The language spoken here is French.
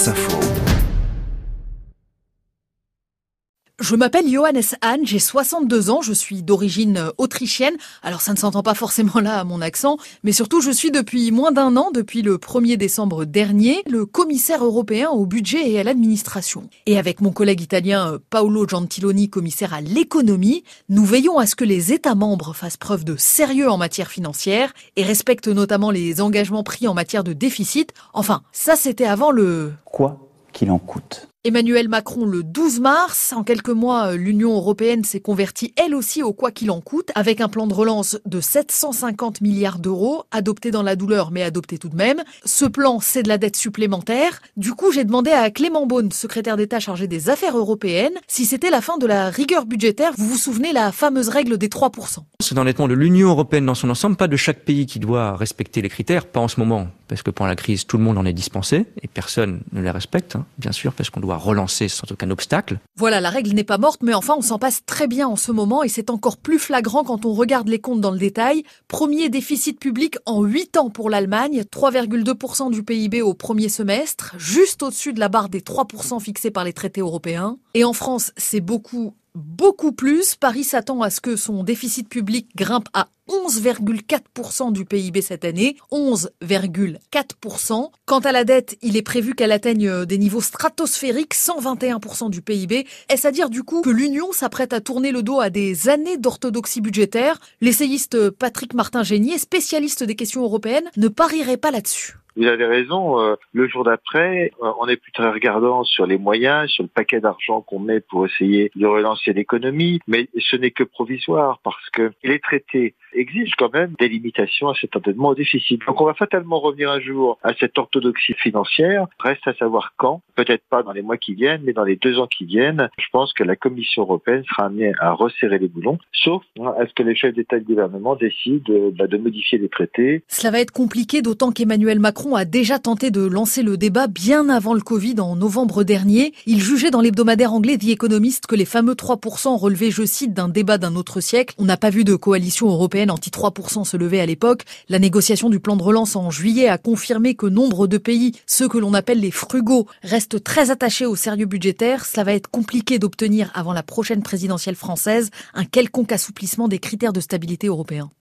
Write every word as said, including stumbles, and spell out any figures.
France Info. Je m'appelle Johannes Hahn, j'ai soixante-deux ans, je suis d'origine autrichienne. Alors ça ne s'entend pas forcément là à mon accent, mais surtout je suis depuis moins d'un an, depuis le premier décembre dernier, le commissaire européen au budget et à l'administration. Et avec mon collègue italien Paolo Gentiloni, commissaire à l'économie, nous veillons à ce que les États membres fassent preuve de sérieux en matière financière et respectent notamment les engagements pris en matière de déficit. Enfin, ça c'était avant le... Quoi qu'il en coûte. Emmanuel Macron le douze mars. En quelques mois, l'Union européenne s'est convertie elle aussi au quoi qu'il en coûte, avec un plan de relance de sept cent cinquante milliards d'euros, adopté dans la douleur, mais adopté tout de même. Ce plan, c'est de la dette supplémentaire. Du coup, j'ai demandé à Clément Beaune, secrétaire d'État chargé des affaires européennes, si c'était la fin de la rigueur budgétaire. Vous vous souvenez, la fameuse règle des trois pour cent. C'est honnêtement de l'Union européenne dans son ensemble, pas de chaque pays qui doit respecter les critères, pas en ce moment, parce que pendant la crise, tout le monde en est dispensé, et personne ne les respecte, hein, bien sûr, parce qu'on doit relancer sans aucun obstacle. Voilà, la règle n'est pas morte, mais enfin on s'en passe très bien en ce moment et c'est encore plus flagrant quand on regarde les comptes dans le détail. Premier déficit public en huit ans pour l'Allemagne, trois virgule deux pour cent du P I B au premier semestre, juste au-dessus de la barre des trois pour cent fixée par les traités européens. Et en France, c'est beaucoup, beaucoup plus. Paris s'attend à ce que son déficit public grimpe à onze virgule quatre pour cent du P I B cette année, onze virgule quatre pour cent. Quant à la dette, il est prévu qu'elle atteigne des niveaux stratosphériques, cent vingt et un pour cent du P I B. Est-ce à dire du coup que l'Union s'apprête à tourner le dos à des années d'orthodoxie budgétaire? L'essayiste Patrick Martin-Génier, spécialiste des questions européennes, ne parierait pas là-dessus. Vous avez raison, euh, le jour d'après, euh, on est plus très regardant sur les moyens, sur le paquet d'argent qu'on met pour essayer de relancer l'économie, mais ce n'est que provisoire parce que les traités exigent quand même des limitations à cet endettement au déficit. Donc on va fatalement revenir un jour à cette orthodoxie financière, reste à savoir quand, peut-être pas dans les mois qui viennent, mais dans les deux ans qui viennent. Je pense que la Commission européenne sera amenée à resserrer les boulons, sauf hein, à ce que les chefs d'État et de gouvernement décident euh, bah, de modifier les traités. Cela va être compliqué, d'autant qu'Emmanuel Macron a déjà tenté de lancer le débat bien avant le Covid en novembre dernier. Il jugeait dans l'hebdomadaire anglais The Economist que les fameux trois pour cent relevaient, je cite, d'un débat d'un autre siècle. On n'a pas vu de coalition européenne anti trois pour cent se lever à l'époque. La négociation du plan de relance en juillet a confirmé que nombre de pays, ceux que l'on appelle les frugaux, restent très attachés au sérieux budgétaire. Cela va être compliqué d'obtenir avant la prochaine présidentielle française un quelconque assouplissement des critères de stabilité européens.